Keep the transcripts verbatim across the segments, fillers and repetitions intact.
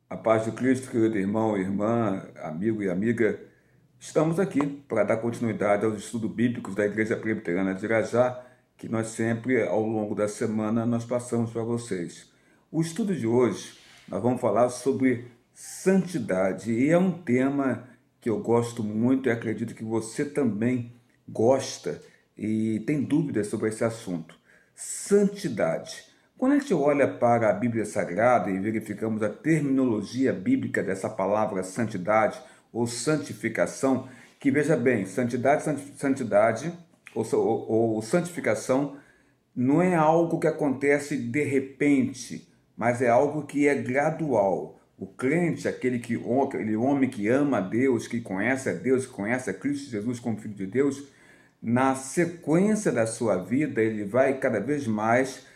A paz de Cristo, querido irmão, irmã, amigo e amiga, estamos aqui para dar continuidade aos estudos bíblicos da Igreja Presbiteriana de Irajá, que nós sempre, ao longo da semana, nós passamos para vocês. O estudo de hoje, nós vamos falar sobre santidade, e é um tema que eu gosto muito e acredito que você também gosta e tem dúvidas sobre esse assunto. Santidade. Quando a gente olha para a Bíblia Sagrada e verificamos a terminologia bíblica dessa palavra santidade ou santificação, que veja bem, santidade, santidade ou, ou, ou santificação não é algo que acontece de repente, mas é algo que é gradual. O crente, aquele, que, aquele homem que ama a Deus, que conhece a Deus, que conhece a Cristo Jesus como Filho de Deus, na sequência da sua vida, ele vai cada vez mais,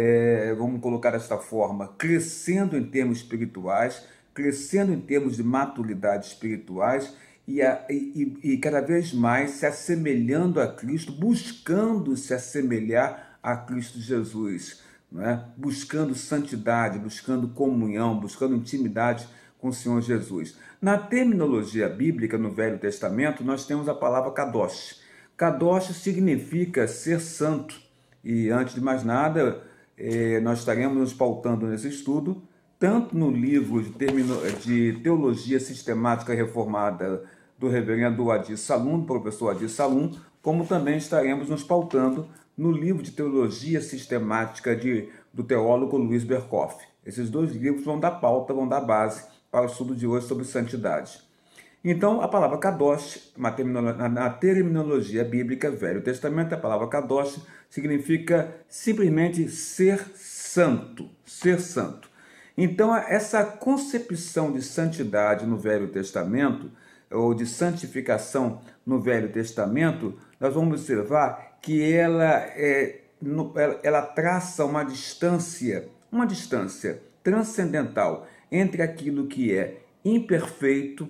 é, vamos colocar desta forma, crescendo em termos espirituais, crescendo em termos de maturidade espirituais e, a, e, e cada vez mais se assemelhando a Cristo, buscando se assemelhar a Cristo Jesus, não é? Buscando santidade, buscando comunhão, buscando intimidade com o Senhor Jesus. Na terminologia bíblica, no Velho Testamento, nós temos a palavra kadosh. Kadosh significa ser santo. E antes de mais nada, eh, nós estaremos nos pautando nesse estudo, tanto no livro de, termino, de Teologia Sistemática Reformada do reverendo Adi Salum, do professor Adi Salum, como também estaremos nos pautando no livro de Teologia Sistemática de, do teólogo Luiz Berkoff. Esses dois livros vão dar pauta, vão dar base para o estudo de hoje sobre santidade. Então, a palavra kadosh, na terminologia bíblica, Velho Testamento, a palavra kadosh significa simplesmente ser santo, ser santo. Então, essa concepção de santidade no Velho Testamento, ou de santificação no Velho Testamento, nós vamos observar que ela, é, ela traça uma distância, uma distância transcendental entre aquilo que é imperfeito,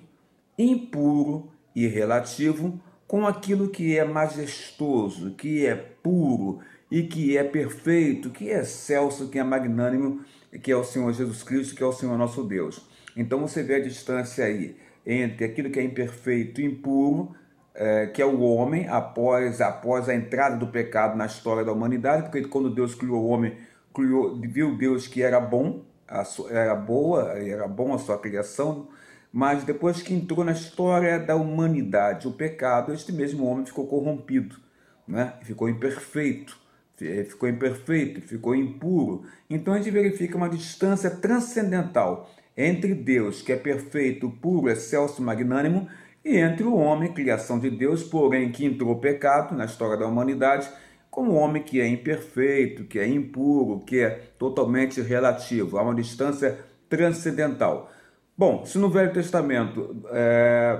impuro e relativo, com aquilo que é majestoso, que é puro e que é perfeito, que é excelso, que é magnânimo, que é o Senhor Jesus Cristo, que é o Senhor nosso Deus. Então você vê a distância aí entre aquilo que é imperfeito e impuro, é, que é o homem, após, após a entrada do pecado na história da humanidade, porque quando Deus criou o homem, criou, viu Deus que era bom, a sua, era boa, era bom a sua criação, mas depois que entrou na história da humanidade o pecado, este mesmo homem ficou corrompido, né? Ficou imperfeito, ficou imperfeito, ficou impuro. Então a gente verifica uma distância transcendental entre Deus, que é perfeito, puro, excelso, magnânimo, e entre o homem, criação de Deus, porém que entrou o pecado na história da humanidade, como o homem que é imperfeito, que é impuro, que é totalmente relativo. Há uma distância transcendental. Bom, se no Velho Testamento é,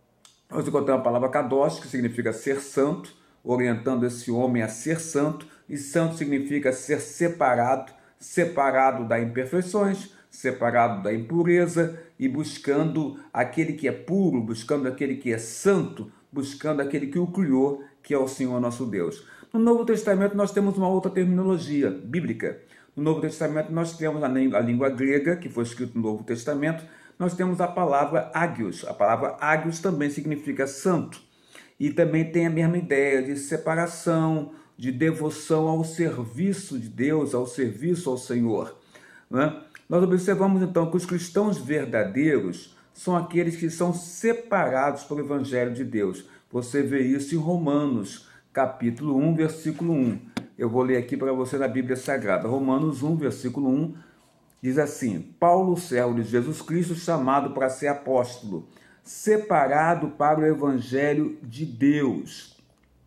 nós encontramos a palavra kadosh, que significa ser santo, orientando esse homem a ser santo, e santo significa ser separado, separado das imperfeições, separado da impureza e buscando aquele que é puro, buscando aquele que é santo, buscando aquele que o criou, que é o Senhor nosso Deus. No Novo Testamento nós temos uma outra terminologia bíblica. No Novo Testamento nós temos a língua grega, que foi escrito no Novo Testamento, nós temos a palavra ágios. A palavra ágios também significa santo. E também tem a mesma ideia de separação, de devoção ao serviço de Deus, ao serviço ao Senhor. Né? Nós observamos então que os cristãos verdadeiros são aqueles que são separados pelo Evangelho de Deus. Você vê isso em Romanos, capítulo um, versículo um. Eu vou ler aqui para você na Bíblia Sagrada. Romanos um, versículo um. Diz assim: Paulo, servo de Jesus Cristo, chamado para ser apóstolo, separado para o Evangelho de Deus,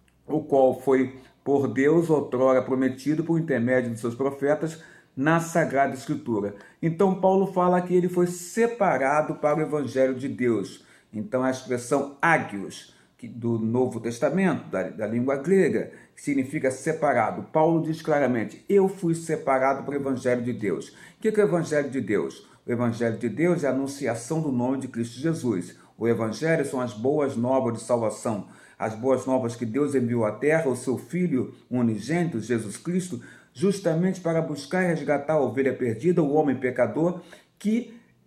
o qual foi por Deus outrora prometido por intermédio de seus profetas na Sagrada Escritura. Então Paulo fala que ele foi separado para o Evangelho de Deus. Então a expressão ágios, do Novo Testamento, da, da língua grega, que significa separado. Paulo diz claramente: eu fui separado para o Evangelho de Deus. O que é o Evangelho de Deus? O Evangelho de Deus é a anunciação do nome de Cristo Jesus. O Evangelho são as boas novas de salvação, as boas novas que Deus enviou à terra, o seu Filho unigênito, Jesus Cristo, justamente para buscar e resgatar a ovelha perdida, o homem pecador, que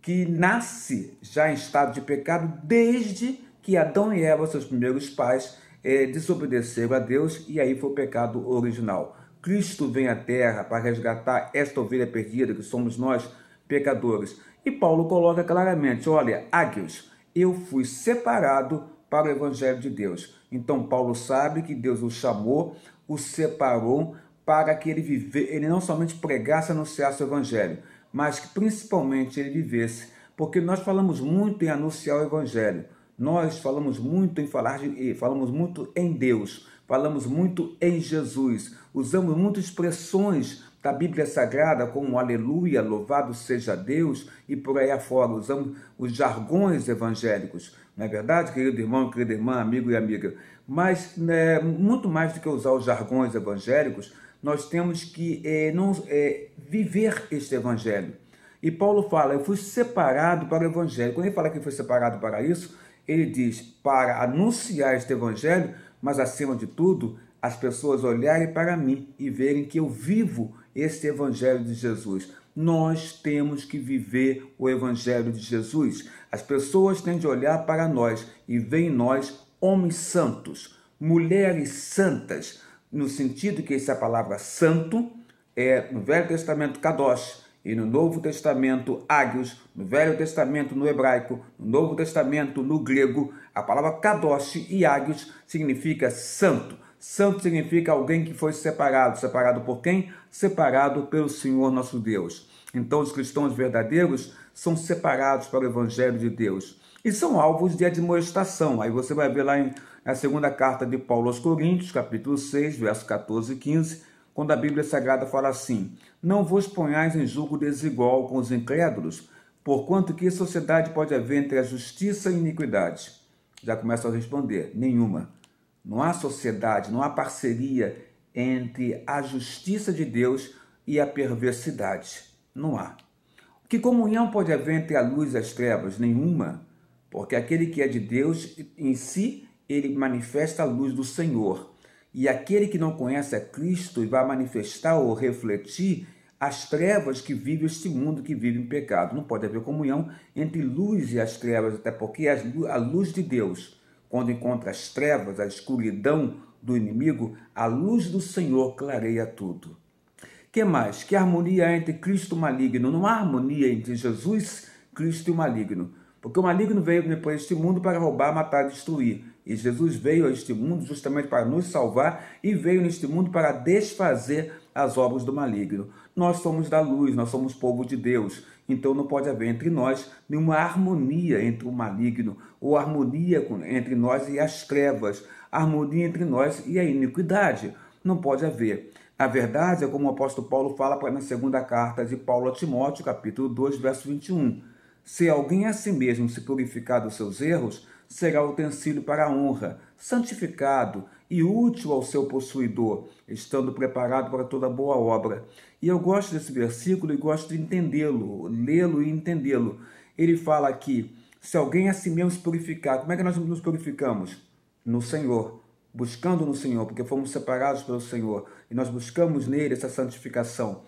que nasce já em estado de pecado desde que Adão e Eva, seus primeiros pais, é, desobedeceram a Deus, e aí foi o pecado original. Cristo vem à terra para resgatar esta ovelha perdida, que somos nós, pecadores. E Paulo coloca claramente, olha, águios, eu fui separado para o evangelho de Deus. Então Paulo sabe que Deus o chamou, o separou para que ele vive, ele não somente pregasse e anunciasse o evangelho, mas que principalmente ele vivesse, porque nós falamos muito em anunciar o evangelho. Nós falamos muito em falar de, falamos muito em Deus, falamos muito em Jesus, usamos muitas expressões da Bíblia Sagrada, como aleluia, louvado seja Deus, e por aí afora, usamos os jargões evangélicos. Não é verdade, querido irmão, querida irmã, amigo e amiga? Mas, né, muito mais do que usar os jargões evangélicos, nós temos que é, não, é, viver este evangelho. E Paulo fala, eu fui separado para o evangelho. Quando ele fala que foi separado para isso, ele diz, para anunciar este evangelho, mas acima de tudo, as pessoas olharem para mim e verem que eu vivo este evangelho de Jesus. Nós temos que viver o evangelho de Jesus. As pessoas têm de olhar para nós e ver em nós homens santos, mulheres santas, no sentido que essa palavra santo é no Velho Testamento kadosh, e no Novo Testamento, ágios, no Velho Testamento, no hebraico, no Novo Testamento, no grego, a palavra kadosh e ágios significa santo. Santo significa alguém que foi separado. Separado por quem? Separado pelo Senhor nosso Deus. Então, os cristãos verdadeiros são separados para o Evangelho de Deus e são alvos de admoestação. Aí você vai ver lá em, na segunda carta de Paulo aos Coríntios, capítulo seis, versos quatorze e quinze, quando a Bíblia Sagrada fala assim, não vos ponhais em julgo desigual com os incrédulos, porquanto que sociedade pode haver entre a justiça e a iniquidade? Já começa a responder, nenhuma. Não há sociedade, não há parceria entre a justiça de Deus e a perversidade. Não há. Que comunhão pode haver entre a luz e as trevas? Nenhuma. Porque aquele que é de Deus, em si, ele manifesta a luz do Senhor. E aquele que não conhece a Cristo e vai manifestar ou refletir as trevas que vive este mundo, que vive em pecado. Não pode haver comunhão entre luz e as trevas, até porque a luz de Deus, quando encontra as trevas, a escuridão do inimigo, a luz do Senhor clareia tudo. Que mais? Que harmonia há entre Cristo e o maligno? Não há harmonia entre Jesus, Cristo e o maligno. Porque o maligno veio para este mundo para roubar, matar e destruir. E Jesus veio a este mundo justamente para nos salvar e veio neste mundo para desfazer as obras do maligno. Nós somos da luz, nós somos povo de Deus. Então não pode haver entre nós nenhuma harmonia entre o maligno ou harmonia entre nós e as trevas, harmonia entre nós e a iniquidade. Não pode haver. A verdade é como o apóstolo Paulo fala na segunda carta de Paulo a Timóteo, capítulo dois, verso vinte e um. Se alguém a si mesmo se purificar dos seus erros, será utensílio para a honra, santificado e útil ao seu possuidor, estando preparado para toda boa obra. E eu gosto desse versículo e gosto de entendê-lo, lê-lo e entendê-lo. Ele fala aqui, se alguém a si mesmo se purificar, como é que nós nos purificamos? No Senhor, buscando no Senhor, porque fomos separados pelo Senhor, e nós buscamos nele essa santificação.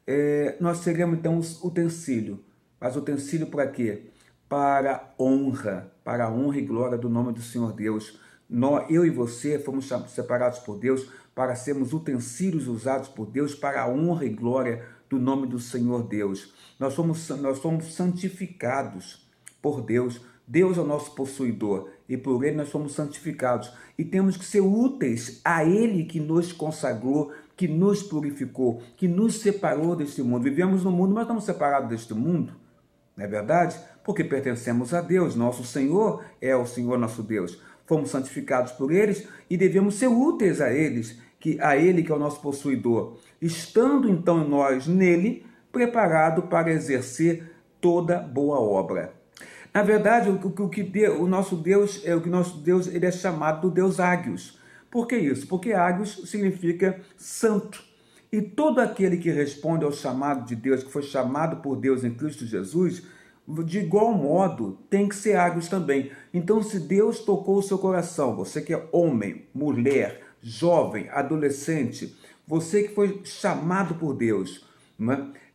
É, nós seremos então utensílio. Mas utensílio para quê? Para honra, para a honra e glória do nome do Senhor Deus. Nós, eu e você fomos separados por Deus para sermos utensílios usados por Deus para a honra e glória do nome do Senhor Deus. Nós somos, nós somos santificados por Deus. Deus é o nosso possuidor e por Ele nós somos santificados. E temos que ser úteis a Ele que nos consagrou, que nos purificou, que nos separou deste mundo. Vivemos no mundo, mas estamos separados deste mundo. Não é verdade? Porque pertencemos a Deus, nosso Senhor é o Senhor nosso Deus. Fomos santificados por eles e devemos ser úteis a eles, que, a Ele que é o nosso possuidor. Estando então nós nele, preparado para exercer toda boa obra. Na verdade, o, o, o que Deus, o nosso Deus, é o que nosso Deus, ele é chamado do Deus Ágios. Por que isso? Porque Ágios significa santo. E todo aquele que responde ao chamado de Deus, que foi chamado por Deus em Cristo Jesus, de igual modo, tem que ser ágios também. Então, se Deus tocou o seu coração, você que é homem, mulher, jovem, adolescente, você que foi chamado por Deus, né?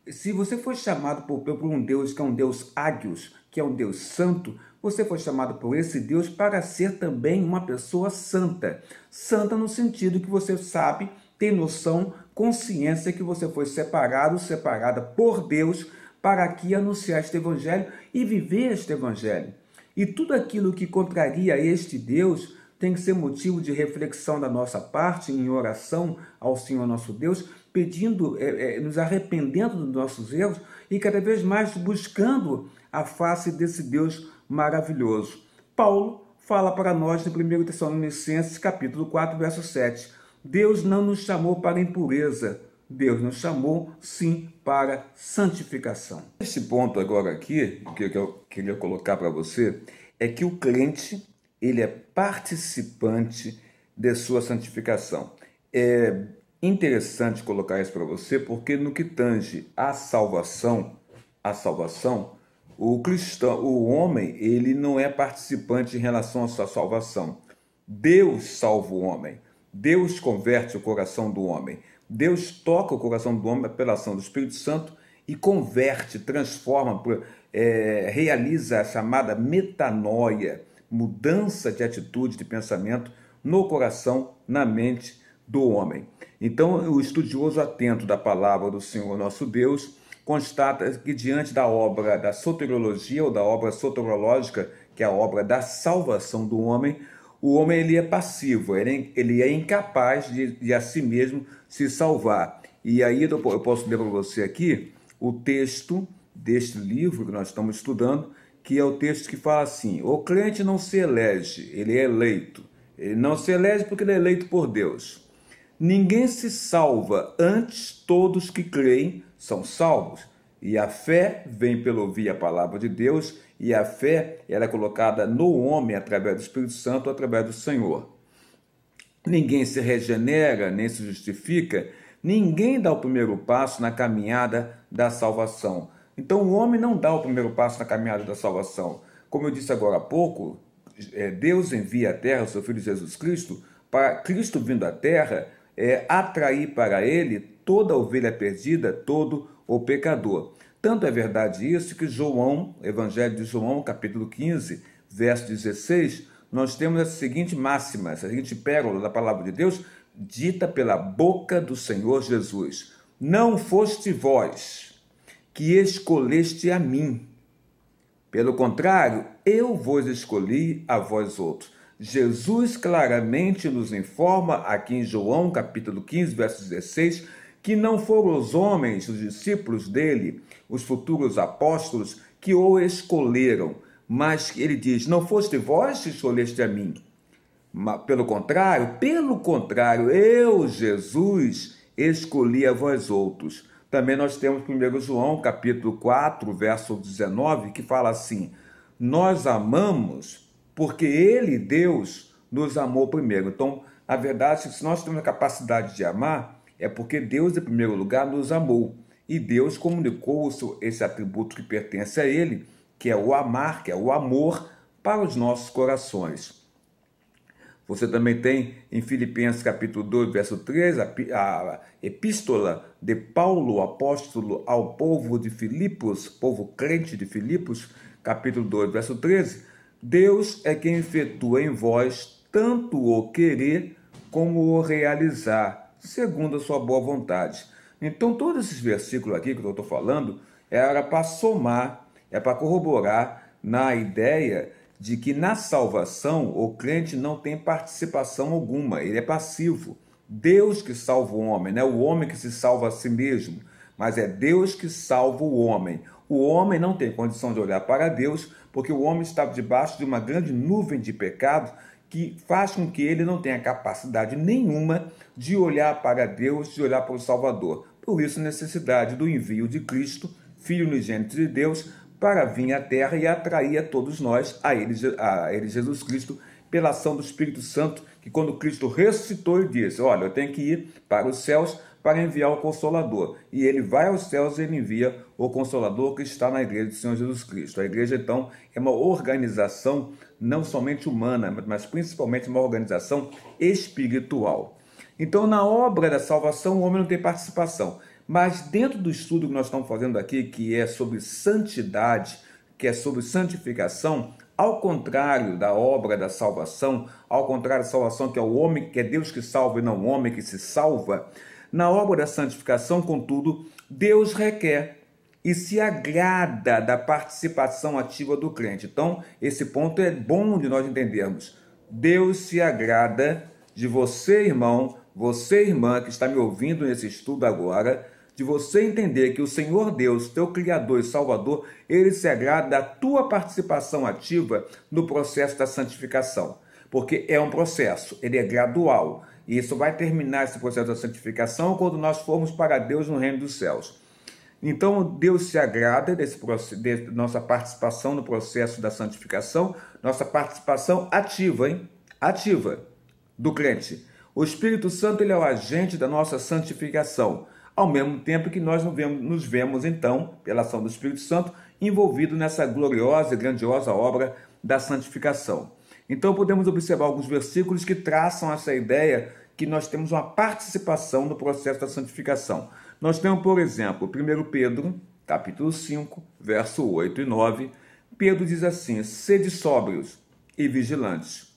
Se você foi chamado por, por um Deus que é um Deus ágios, que é um Deus santo, você foi chamado por esse Deus para ser também uma pessoa santa. Santa no sentido que você sabe, tem noção, consciência que você foi separado, separada por Deus para aqui anunciar este evangelho e viver este evangelho. E tudo aquilo que contraria este Deus tem que ser motivo de reflexão da nossa parte, em oração ao Senhor nosso Deus, pedindo, é, é, nos arrependendo dos nossos erros e cada vez mais buscando a face desse Deus maravilhoso. Paulo fala para nós em primeira Tessalonicenses, capítulo quatro, verso sete. Deus não nos chamou para impureza, Deus nos chamou, sim, para santificação. Esse ponto agora aqui, que eu queria colocar para você, é que o crente, ele é participante de sua santificação. É interessante colocar isso para você, porque no que tange a salvação, a salvação, o cristão, o homem, ele não é participante em relação à sua salvação. Deus salva o homem. Deus converte o coração do homem. Deus toca o coração do homem pela ação do Espírito Santo e converte, transforma, é, realiza a chamada metanoia, mudança de atitude, de pensamento no coração, na mente do homem. Então, o estudioso atento da palavra do Senhor nosso Deus constata que diante da obra da soteriologia ou da obra soterológica, que é a obra da salvação do homem, o homem ele é passivo, ele, ele é incapaz de, de a si mesmo se salvar. E aí eu posso ler para você aqui o texto deste livro que nós estamos estudando, que é o texto que fala assim: o crente não se elege, ele é eleito. Ele não se elege porque ele é eleito por Deus. Ninguém se salva, antes todos que creem são salvos. E a fé vem pelo ouvir a palavra de Deus, e a fé ela é colocada no homem através do Espírito Santo, através do Senhor. Ninguém se regenera, nem se justifica, ninguém dá o primeiro passo na caminhada da salvação. Então o homem não dá o primeiro passo na caminhada da salvação. Como eu disse agora há pouco, Deus envia à terra o seu Filho Jesus Cristo, para Cristo vindo à terra, é, atrair para ele toda a ovelha perdida, todo o pecador. Tanto é verdade isso que João, Evangelho de João, capítulo quinze, verso dezesseis, nós temos a seguinte máxima, a seguinte pérola da palavra de Deus, dita pela boca do Senhor Jesus: não foste vós que escolheste a mim, pelo contrário, eu vos escolhi a vós outros. Jesus claramente nos informa aqui em João, capítulo quinze, verso dezesseis, que não foram os homens, os discípulos dele, os futuros apóstolos, que o escolheram, mas ele diz: não foste vós que escolheste a mim. Mas, pelo contrário, pelo contrário, eu, Jesus, escolhi a vós outros. Também nós temos primeiro João, capítulo quatro, verso dezenove, que fala assim: nós amamos porque ele, Deus, nos amou primeiro. Então, a verdade é que se nós temos a capacidade de amar, é porque Deus, em primeiro lugar, nos amou. E Deus comunicou esse atributo que pertence a ele, que é o amar, que é o amor, para os nossos corações. Você também tem em Filipenses capítulo dois, verso três, a, a epístola de Paulo, apóstolo ao povo de Filipos, povo crente de Filipos, capítulo dois, verso treze, Deus é quem efetua em vós tanto o querer como o realizar, segundo a sua boa vontade. Então, todos esses versículos aqui que eu estou falando, era para somar, é para corroborar na ideia de que na salvação o crente não tem participação alguma, ele é passivo. Deus que salva o homem, não é o homem que se salva a si mesmo, mas é Deus que salva o homem. O homem não tem condição de olhar para Deus, porque o homem está debaixo de uma grande nuvem de pecado que faz com que ele não tenha capacidade nenhuma de olhar para Deus, de olhar para o Salvador. Por isso, a necessidade do envio de Cristo, Filho unigênito de Deus, para vir à terra e atrair a todos nós, a ele, a ele Jesus Cristo, pela ação do Espírito Santo, que quando Cristo ressuscitou, ele disse: olha, eu tenho que ir para os céus para enviar o Consolador. E ele vai aos céus e ele envia o Consolador que está na igreja do Senhor Jesus Cristo. A igreja, então, é uma organização não somente humana, mas principalmente uma organização espiritual. Então, na obra da salvação, o homem não tem participação. Mas dentro do estudo que nós estamos fazendo aqui, que é sobre santidade, que é sobre santificação, ao contrário da obra da salvação, ao contrário da salvação que é o homem, que é Deus que salva e não o homem que se salva, na obra da santificação, contudo, Deus requer e se agrada da participação ativa do crente. Então, esse ponto é bom de nós entendermos. Deus se agrada de você, irmão, você, irmã, que está me ouvindo nesse estudo agora, de você entender que o Senhor Deus, teu Criador e Salvador, Ele se agrada da tua participação ativa no processo da santificação. Porque é um processo, ele é gradual. E isso vai terminar, esse processo da santificação, quando nós formos para Deus no reino dos céus. Então, Deus se agrada desse, de nossa participação no processo da santificação, nossa participação ativa, hein? Ativa do crente. O Espírito Santo, ele é o agente da nossa santificação, ao mesmo tempo que nós nos vemos, nos vemos então, pela ação do Espírito Santo, envolvidos nessa gloriosa e grandiosa obra da santificação. Então, podemos observar alguns versículos que traçam essa ideia que nós temos uma participação no processo da santificação. Nós temos, por exemplo, primeiro Pedro, capítulo cinco, verso oito e nove. Pedro diz assim: sede sóbrios e vigilantes.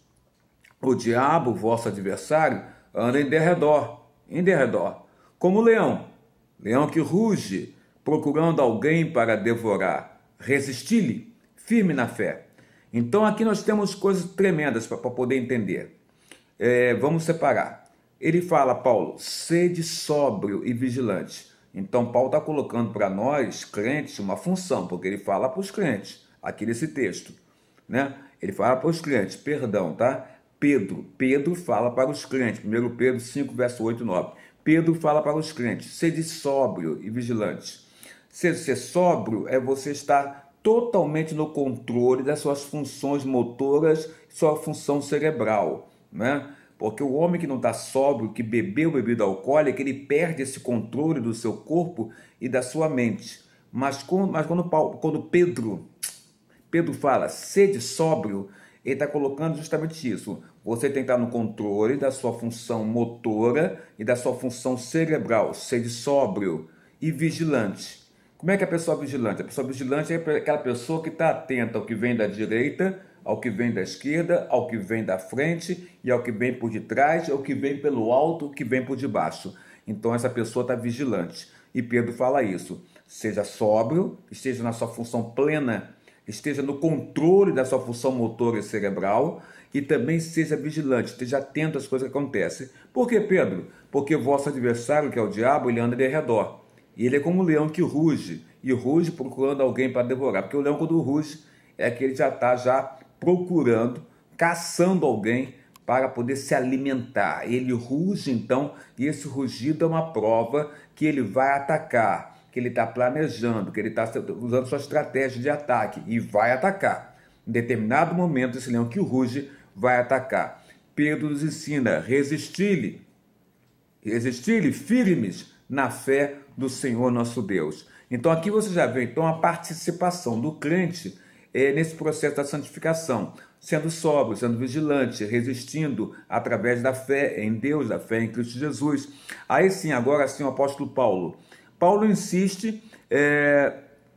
O diabo, vosso adversário, anda em derredor, em derredor, como leão, leão que ruge, procurando alguém para devorar. Resisti-lhe, firme na fé. Então aqui nós temos coisas tremendas para poder entender. É, vamos separar. Ele fala, Paulo, sede sóbrio e vigilante. Então Paulo está colocando para nós, crentes, uma função, porque ele fala para os crentes, aqui nesse texto, né? Ele fala para os crentes, perdão, tá? Pedro, Pedro fala para os crentes, primeiro Pedro cinco, verso oito e nove. Pedro fala para os crentes, sede sóbrio e vigilante. Ser, ser sóbrio é você estar totalmente no controle das suas funções motoras, sua função cerebral, né? Porque o homem que não está sóbrio, que bebeu bebida alcoólica, ele perde esse controle do seu corpo e da sua mente. Mas quando, mas quando, Paulo, quando Pedro, Pedro fala, sede sóbrio, ele está colocando justamente isso. Você tem que estar no controle da sua função motora e da sua função cerebral, sede sóbrio e vigilante. Como é que é a pessoa vigilante? A pessoa vigilante é aquela pessoa que está atenta ao que vem da direita, ao que vem da esquerda, ao que vem da frente e ao que vem por detrás, ao que vem pelo alto, ao que vem por debaixo. Então essa pessoa está vigilante. E Pedro fala isso. Seja sóbrio, esteja na sua função plena, esteja no controle da sua função motora e cerebral e também seja vigilante, esteja atento às coisas que acontecem. Por que, Pedro? Porque o vosso adversário, que é o diabo, ele anda de redor. E ele é como um leão que ruge, e ruge procurando alguém para devorar. Porque o leão, quando ruge, é que ele já está já procurando, caçando alguém para poder se alimentar. Ele ruge, então, e esse rugido é uma prova que ele vai atacar, que ele está planejando, que ele está usando sua estratégia de ataque e vai atacar. Em determinado momento, esse leão que ruge vai atacar. Pedro nos ensina, resistir-lhe, resistir-lhe firmes na fé do Senhor nosso Deus. Então aqui você já vê então, a participação do crente é, nesse processo da santificação, sendo sóbrio, sendo vigilante, resistindo através da fé em Deus, da fé em Cristo Jesus. Aí sim, agora sim, o apóstolo Paulo. Paulo insiste é,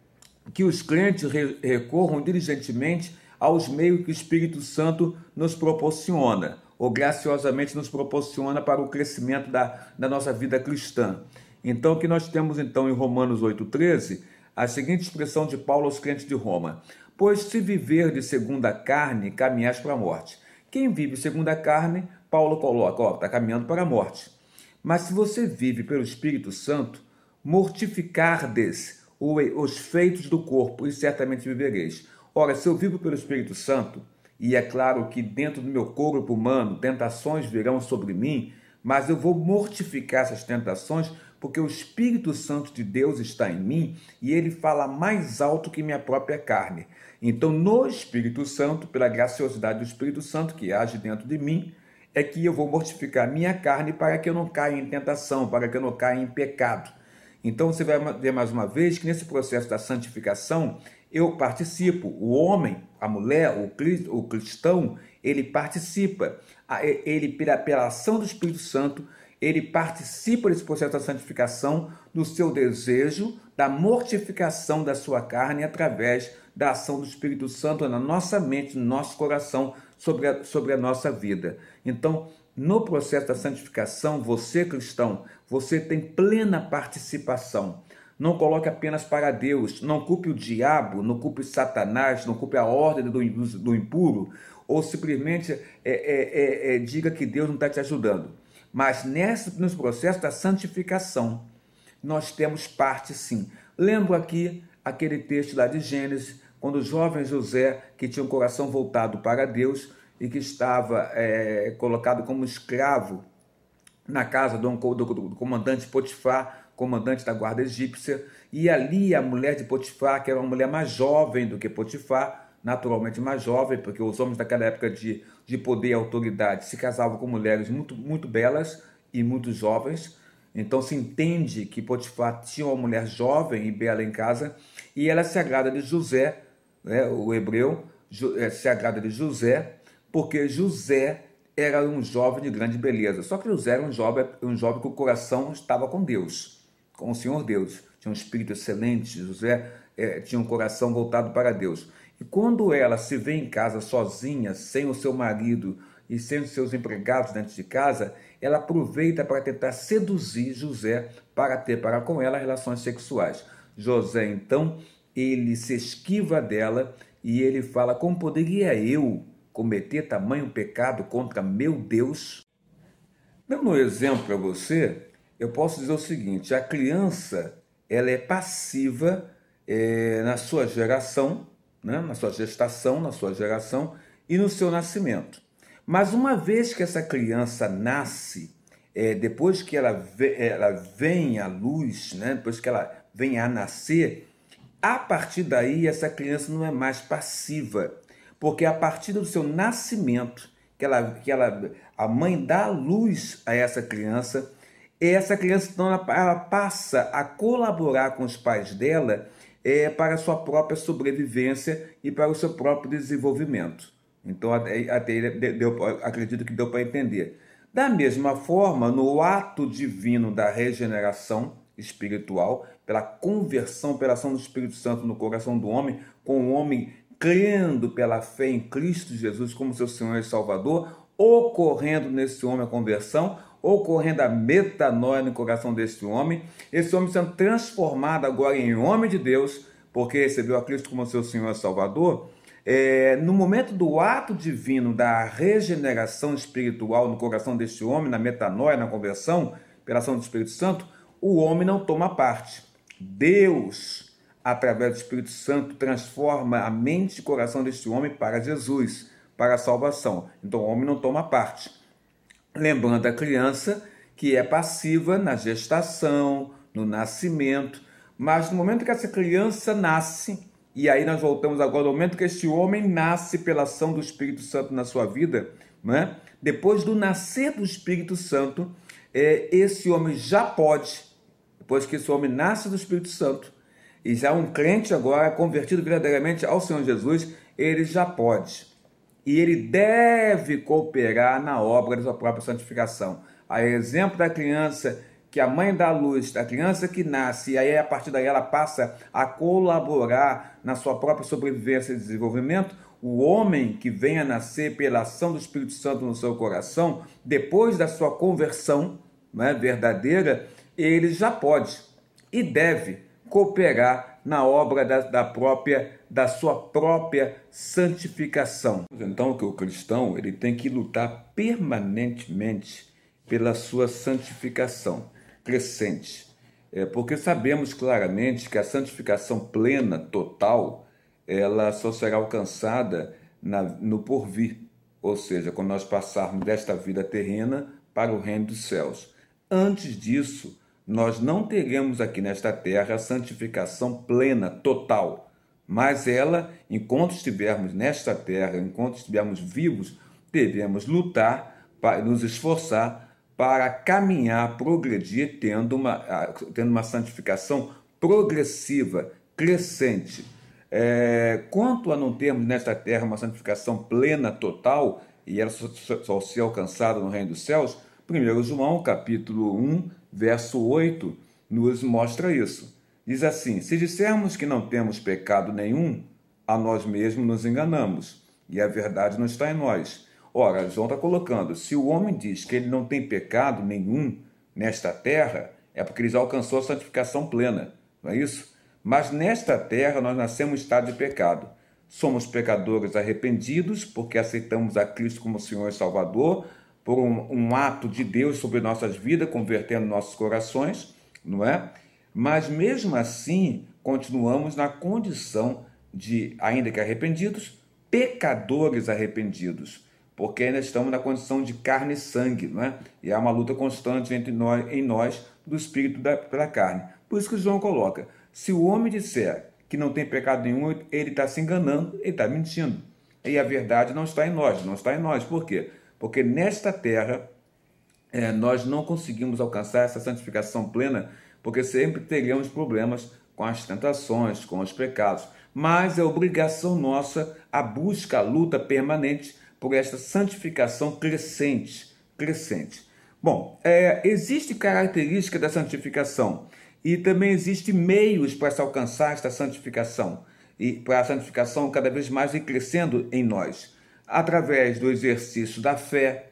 que os crentes re recorram diligentemente aos meios que o Espírito Santo nos proporciona, ou graciosamente nos proporciona para o crescimento da, da nossa vida cristã. Então, o que nós temos então em Romanos oito, treze, a seguinte expressão de Paulo aos crentes de Roma: pois se viver de segundo a carne, caminhais para a morte. Quem vive segundo a carne, Paulo coloca, ó, está caminhando para a morte. Mas se você vive pelo Espírito Santo, mortificardes os feitos do corpo e certamente vivereis. Ora, se eu vivo pelo Espírito Santo, e é claro que dentro do meu corpo humano tentações virão sobre mim, mas eu vou mortificar essas tentações porque o Espírito Santo de Deus está em mim e ele fala mais alto que minha própria carne. Então, no Espírito Santo, pela graciosidade do Espírito Santo que age dentro de mim, é que eu vou mortificar minha carne para que eu não caia em tentação, para que eu não caia em pecado. Então, você vai ver mais uma vez que nesse processo da santificação, eu participo, o homem, a mulher, o cristão, ele participa, ele, pela, pela ação do Espírito Santo, ele participa desse processo da santificação no seu desejo da mortificação da sua carne através da ação do Espírito Santo na nossa mente, no nosso coração, sobre a, sobre a nossa vida. Então, no processo da santificação, você cristão, você tem plena participação. Não coloque apenas para Deus, não culpe o diabo, não culpe Satanás, não culpe a ordem do, do impuro, ou simplesmente é, é, é, é, diga que Deus não está te ajudando. Mas nesse, nesse processo da santificação, nós temos parte sim. Lembro aqui aquele texto lá de Gênesis, quando o jovem José, que tinha um coração voltado para Deus e que estava é, colocado como escravo na casa do, do, do comandante Potifar, comandante da guarda egípcia, e ali a mulher de Potifar, que era uma mulher mais jovem do que Potifar, naturalmente mais jovem, porque os homens daquela época de, de poder e autoridade se casavam com mulheres muito, muito belas e muito jovens. Então se entende que Potifar tinha uma mulher jovem e bela em casa, e ela se agrada de José, né, o hebreu se agrada de José, porque José era um jovem de grande beleza. Só que José era um jovem, um jovem que o coração estava com Deus, com o Senhor Deus. Tinha um espírito excelente, José é, tinha um coração voltado para Deus. E quando ela se vê em casa sozinha, sem o seu marido e sem os seus empregados dentro de casa, ela aproveita para tentar seduzir José para ter para com ela relações sexuais. José, então, ele se esquiva dela e ele fala: como poderia eu cometer tamanho pecado contra meu Deus? Dando um exemplo para você, eu posso dizer o seguinte: a criança ela é passiva é, na sua geração, né, na sua gestação, na sua geração e no seu nascimento. Mas uma vez que essa criança nasce, é, depois que ela, vê, ela vem à luz, né, depois que ela vem a nascer, a partir daí essa criança não é mais passiva, porque a partir do seu nascimento, que, ela, que ela, a mãe dá luz a essa criança, essa criança então, ela, ela passa a colaborar com os pais dela é, para a sua própria sobrevivência e para o seu próprio desenvolvimento. Então, até, até deu, acredito que deu para entender. Da mesma forma, no ato divino da regeneração espiritual, pela conversão, pela ação do Espírito Santo no coração do homem, com o homem crendo pela fé em Cristo Jesus como seu Senhor e Salvador, ocorrendo nesse homem a conversão, ocorrendo a metanoia no coração desse homem, esse homem sendo transformado agora em homem de Deus, porque recebeu a Cristo como seu Senhor e Salvador. É, no momento do ato divino da regeneração espiritual no coração deste homem, na metanoia, na conversão, pela ação do Espírito Santo, o homem não toma parte. Deus, através do Espírito Santo, transforma a mente e coração deste homem para Jesus, para a salvação. Então o homem não toma parte. Lembrando a criança que é passiva na gestação, no nascimento, mas no momento que essa criança nasce, e aí nós voltamos agora ao momento que este homem nasce pela ação do Espírito Santo na sua vida, né? Depois do nascer do Espírito Santo, é, esse homem já pode, depois que esse homem nasce do Espírito Santo, e já um crente agora, convertido verdadeiramente ao Senhor Jesus, ele já pode. E ele deve cooperar na obra da sua própria santificação. A exemplo da criança que a mãe dá luz, da criança que nasce, e aí a partir daí ela passa a colaborar na sua própria sobrevivência e desenvolvimento, o homem que vem a nascer pela ação do Espírito Santo no seu coração, depois da sua conversão, né, verdadeira, ele já pode e deve cooperar na obra da, da, própria, da sua própria santificação. Então, que o cristão ele tem que lutar permanentemente pela sua santificação crescente, é, porque sabemos claramente que a santificação plena, total, ela só será alcançada na, no porvir, ou seja, quando nós passarmos desta vida terrena para o reino dos céus. Antes disso, nós não teremos aqui nesta terra a santificação plena, total, mas ela, enquanto estivermos nesta terra, enquanto estivermos vivos, devemos lutar, para nos esforçar para caminhar, progredir, tendo uma, tendo uma santificação progressiva, crescente. É, quanto a não termos nesta terra uma santificação plena, total, e ela só, só ser alcançada no reino dos céus, primeiro João, capítulo um, verso oito, nos mostra isso. Diz assim: se dissermos que não temos pecado nenhum, a nós mesmos nos enganamos, e a verdade não está em nós. Ora, João está colocando, se o homem diz que ele não tem pecado nenhum nesta terra, é porque ele já alcançou a santificação plena, não é isso? Mas nesta terra nós nascemos em estado de pecado. Somos pecadores arrependidos, porque aceitamos a Cristo como Senhor e Salvador, por um, um ato de Deus sobre nossas vidas, convertendo nossos corações, não é? Mas mesmo assim, continuamos na condição de, ainda que arrependidos, pecadores arrependidos, porque ainda estamos na condição de carne e sangue, não é? E há uma luta constante entre nós, em nós, do espírito da, pela carne. Por isso que João coloca, se o homem disser que não tem pecado nenhum, ele está se enganando, ele está mentindo. E a verdade não está em nós, não está em nós. Por quê? Porque nesta terra, é, nós não conseguimos alcançar essa santificação plena, porque sempre teríamos problemas com as tentações, com os pecados. Mas é obrigação nossa a busca, a luta permanente por esta santificação crescente, crescente. Bom, é, existe característica da santificação e também existe meios para se alcançar esta santificação e para a santificação cada vez mais ir crescendo em nós, através do exercício da fé,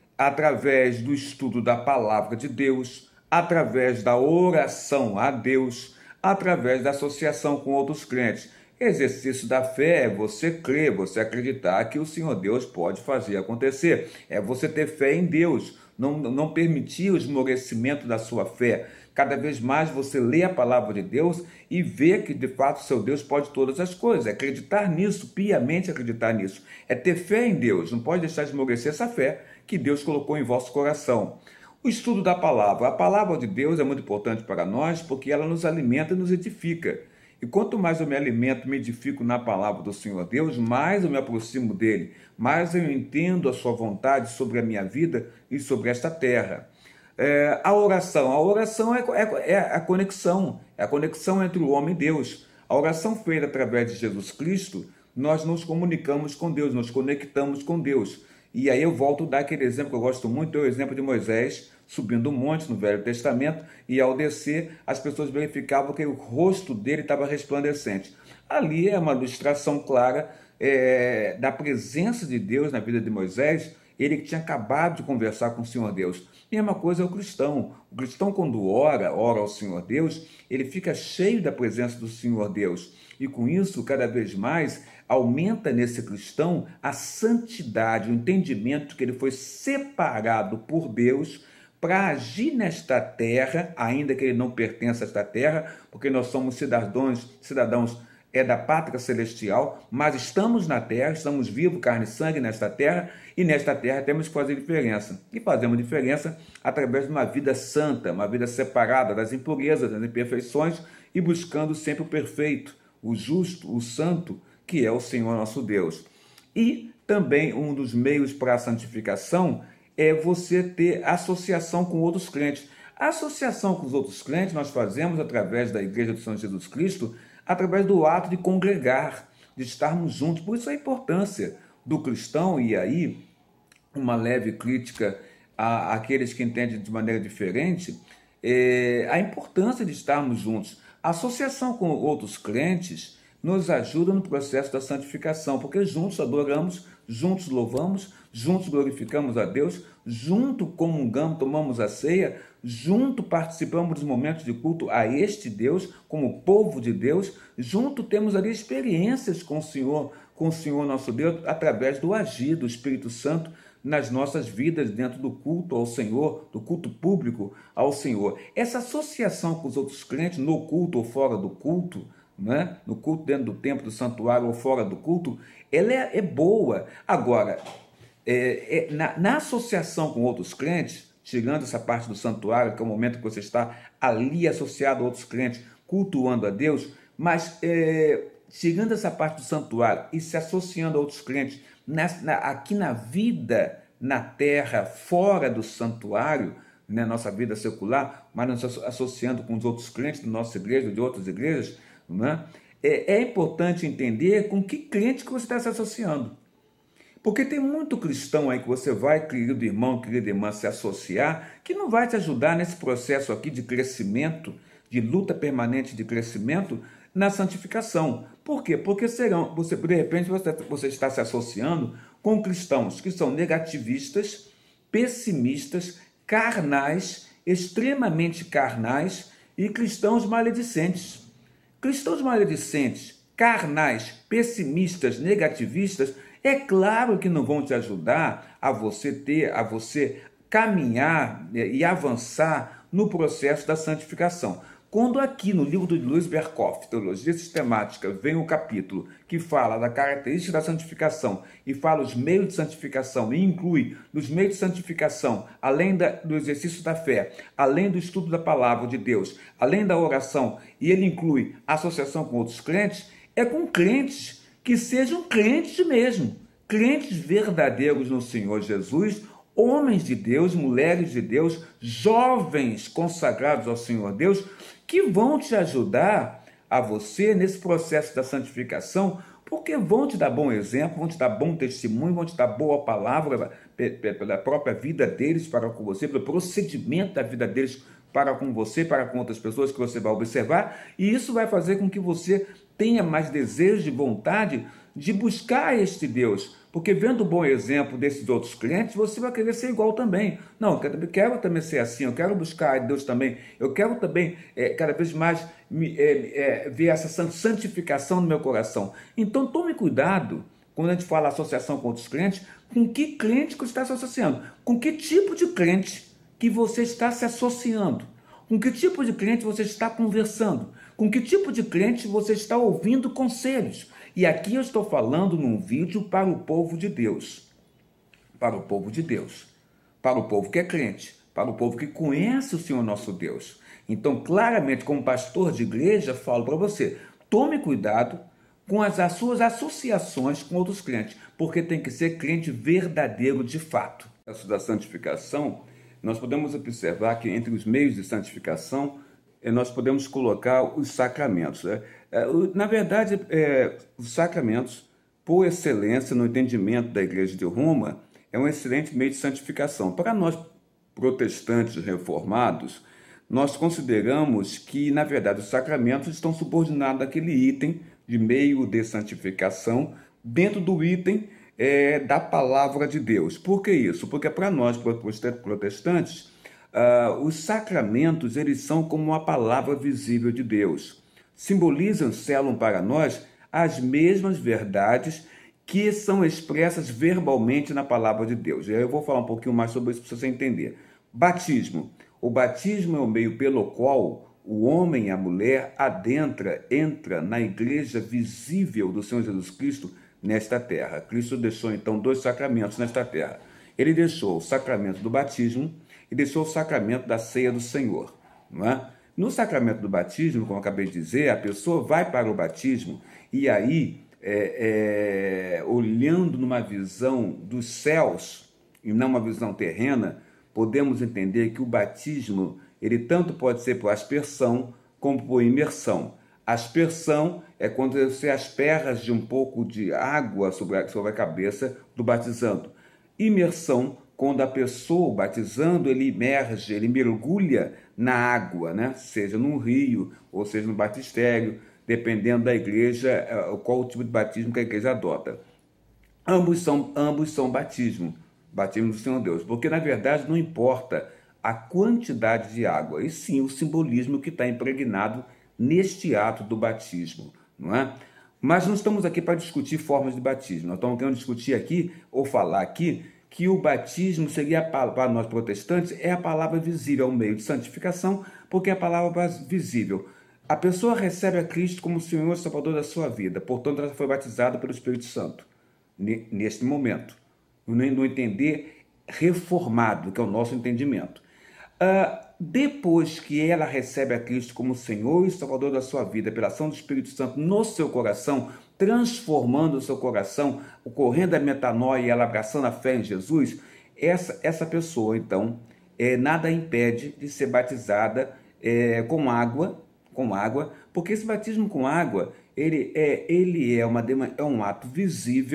através do estudo da palavra de Deus, através da oração a Deus, através da associação com outros crentes. Exercício da fé é você crer, você acreditar que o Senhor Deus pode fazer acontecer. É você ter fé em Deus, não, não permitir o esmorecimento da sua fé. Cada vez mais você lê a palavra de Deus e vê que de fato o seu Deus pode todas as coisas. É acreditar nisso, piamente acreditar nisso. É ter fé em Deus, não pode deixar de esmorecer essa fé que Deus colocou em vosso coração. O estudo da palavra. A palavra de Deus é muito importante para nós porque ela nos alimenta e nos edifica. E quanto mais eu me alimento, me edifico na palavra do Senhor Deus, mais eu me aproximo dele, mais eu entendo a sua vontade sobre a minha vida e sobre esta terra. É, a oração. A oração é, é, é a conexão, é a conexão entre o homem e Deus. A oração feita através de Jesus Cristo, nós nos comunicamos com Deus, nos conectamos com Deus. E aí eu volto a dar aquele exemplo que eu gosto muito, é o exemplo de Moisés subindo o monte no Velho Testamento, e ao descer as pessoas verificavam que o rosto dele estava resplandecente. Ali é uma ilustração clara é, da presença de Deus na vida de Moisés, ele que tinha acabado de conversar com o Senhor Deus. Mesma coisa é o cristão. O cristão, quando ora, ora ao Senhor Deus, ele fica cheio da presença do Senhor Deus. E com isso, cada vez mais, aumenta nesse cristão a santidade, o entendimento que ele foi separado por Deus para agir nesta terra, ainda que ele não pertença a esta terra, porque nós somos cidadãos, cidadãos é da pátria celestial, mas estamos na terra, estamos vivos, carne e sangue nesta terra, e nesta terra temos que fazer diferença. E fazemos diferença através de uma vida santa, uma vida separada das impurezas, das imperfeições, e buscando sempre o perfeito, o justo, o santo, que é o Senhor nosso Deus. E também um dos meios para a santificação é você ter associação com outros crentes. A associação com os outros crentes nós fazemos através da Igreja do Senhor Jesus Cristo, através do ato de congregar, de estarmos juntos. Por isso a importância do cristão, e aí uma leve crítica a, àqueles que entendem de maneira diferente, é, a importância de estarmos juntos. A associação com outros crentes nos ajuda no processo da santificação, porque juntos adoramos, juntos louvamos, juntos glorificamos a Deus, junto comungamos, tomamos a ceia, junto participamos dos momentos de culto a este Deus, como povo de Deus, junto temos ali experiências com o Senhor, com o Senhor nosso Deus, através do agir do Espírito Santo nas nossas vidas, dentro do culto ao Senhor, do culto público ao Senhor. Essa associação com os outros crentes, no culto ou fora do culto, né? No culto dentro do templo, do santuário ou fora do culto, ela é, é boa. Agora, é, é, na, na associação com outros crentes, tirando essa parte do santuário, que é o momento que você está ali associado a outros crentes, cultuando a Deus, mas é, tirando essa parte do santuário e se associando a outros crentes, na, na, aqui na vida, na terra, fora do santuário, né, nossa vida secular, mas nos associando com os outros crentes da nossa igreja, de outras igrejas, né? É, é importante entender com que crente que você está se associando. Porque tem muito cristão aí que você vai, querido irmão, querida irmã, se associar, que não vai te ajudar nesse processo aqui de crescimento, de luta permanente de crescimento na santificação. Por quê? Porque serão, você, de repente você, você está se associando com cristãos que são negativistas, pessimistas, carnais, extremamente carnais e cristãos maledicentes. Cristãos maledicentes, carnais, pessimistas, negativistas, é claro que não vão te ajudar a você ter, a você caminhar e avançar no processo da santificação. Quando aqui no livro de Luiz Berkhoff, Teologia Sistemática, vem o capítulo que fala da característica da santificação e fala os meios de santificação e inclui nos meios de santificação, além da, do exercício da fé, além do estudo da palavra de Deus, além da oração, e ele inclui a associação com outros crentes, é com crentes que sejam crentes mesmo, crentes verdadeiros no Senhor Jesus, homens de Deus, mulheres de Deus, jovens consagrados ao Senhor Deus, que vão te ajudar a você nesse processo da santificação, porque vão te dar bom exemplo, vão te dar bom testemunho, vão te dar boa palavra pela própria vida deles para com você, pelo procedimento da vida deles para com você, para com outras pessoas que você vai observar, e isso vai fazer com que você tenha mais desejo e vontade de buscar este Deus, porque vendo o bom exemplo desses outros crentes, você vai querer ser igual também. Não, eu quero, quero também ser assim, eu quero buscar Deus também, eu quero também é, cada vez mais me, é, é, ver essa santificação no meu coração. Então tome cuidado, quando a gente fala associação com outros crentes, com que crente que você está se associando, com que tipo de crente que você está se associando, com que tipo de crente você está conversando, com que tipo de crente você está ouvindo conselhos. E aqui eu estou falando num vídeo para o povo de Deus, para o povo de Deus, para o povo que é crente, para o povo que conhece o Senhor nosso Deus. Então, claramente, como pastor de igreja, falo para você, tome cuidado com as, as suas associações com outros crentes, porque tem que ser crente verdadeiro de fato. No processo da santificação, nós podemos observar que entre os meios de santificação, nós podemos colocar os sacramentos. Né? Na verdade, é, os sacramentos, por excelência, no entendimento da Igreja de Roma, é um excelente meio de santificação. Para nós, protestantes reformados, nós consideramos que, na verdade, os sacramentos estão subordinados àquele item de meio de santificação dentro do item é, da palavra de Deus. Por que isso? Porque para nós, protestantes, Uh, os sacramentos, eles são como uma palavra visível de Deus. Simbolizam, selam para nós as mesmas verdades que são expressas verbalmente na palavra de Deus. Eu vou falar um pouquinho mais sobre isso para você entender. Batismo. O batismo é o meio pelo qual o homem e a mulher adentra, entra na igreja visível do Senhor Jesus Cristo nesta terra. Cristo deixou então dois sacramentos nesta terra. Ele deixou o sacramento do batismo e deixou o sacramento da ceia do Senhor. Não é? No sacramento do batismo, como eu acabei de dizer, a pessoa vai para o batismo e aí, é, é, olhando numa visão dos céus e não uma visão terrena, podemos entender que o batismo, ele tanto pode ser por aspersão como por imersão. Aspersão é quando você asperge de um pouco de água sobre a, sobre a cabeça do batizando. Imersão, quando a pessoa, batizando, ele imerge, ele mergulha na água, né? Seja num rio, ou seja no batistério, dependendo da igreja, qual o tipo de batismo que a igreja adota. Ambos são, ambos são batismo, batismo do Senhor Deus, porque na verdade não importa a quantidade de água, e sim o simbolismo que está impregnado neste ato do batismo, não é? Mas não estamos aqui para discutir formas de batismo, nós estamos querendo discutir aqui, ou falar aqui, que o batismo seria, para nós protestantes, é a palavra visível, é o meio de santificação, porque é a palavra visível. A pessoa recebe a Cristo como Senhor e Salvador da sua vida, portanto ela foi batizada pelo Espírito Santo, neste momento, no entender reformado, que é o nosso entendimento. Uh, depois que ela recebe a Cristo como Senhor e Salvador da sua vida, pela ação do Espírito Santo no seu coração, transformando o seu coração, ocorrendo a metanoia e ela abraçando a fé em Jesus, essa, essa pessoa, então, é, nada impede de ser batizada é, com água, com água, porque esse batismo com água, ele é, ele é, uma, é um ato visível,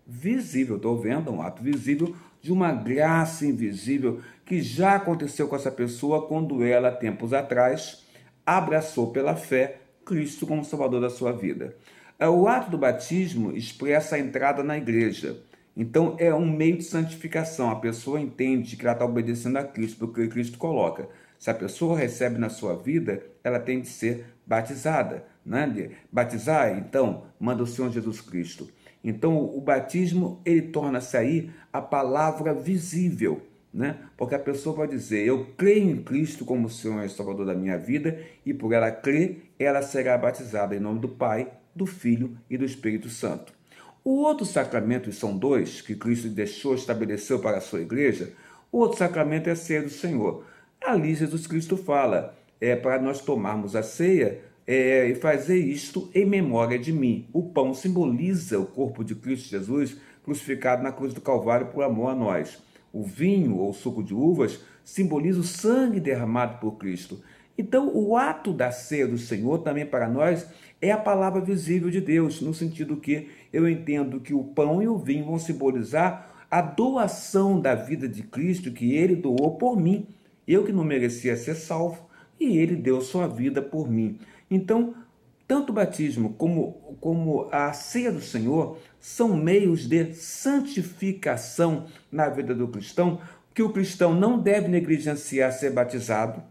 visível. Estou vendo um ato visível de uma graça invisível que já aconteceu com essa pessoa quando ela, tempos atrás, abraçou pela fé Cristo como Salvador da sua vida. O ato do batismo expressa a entrada na igreja. Então, é um meio de santificação. A pessoa entende que ela está obedecendo a Cristo, porque Cristo coloca. Se a pessoa recebe na sua vida, ela tem de ser batizada. Né? Batizar, então, manda o Senhor Jesus Cristo. Então, o batismo, ele torna-se aí a palavra visível, né? Porque a pessoa vai dizer, eu creio em Cristo como o Senhor e Salvador da minha vida, e por ela crer, ela será batizada em nome do Pai, do Filho e do Espírito Santo. O outro sacramento, e são dois, que Cristo deixou, estabeleceu para a sua igreja, o outro sacramento é a ceia do Senhor. Ali Jesus Cristo fala, é para nós tomarmos a ceia é, e fazer isto em memória de mim. O pão simboliza o corpo de Cristo Jesus crucificado na cruz do Calvário por amor a nós. O vinho ou suco de uvas simboliza o sangue derramado por Cristo. Então, o ato da ceia do Senhor também para nós é a palavra visível de Deus, no sentido que eu entendo que o pão e o vinho vão simbolizar a doação da vida de Cristo que ele doou por mim. Eu que não merecia ser salvo, e ele deu sua vida por mim. Então, tanto o batismo como, como a ceia do Senhor são meios de santificação na vida do cristão, que o cristão não deve negligenciar ser batizado,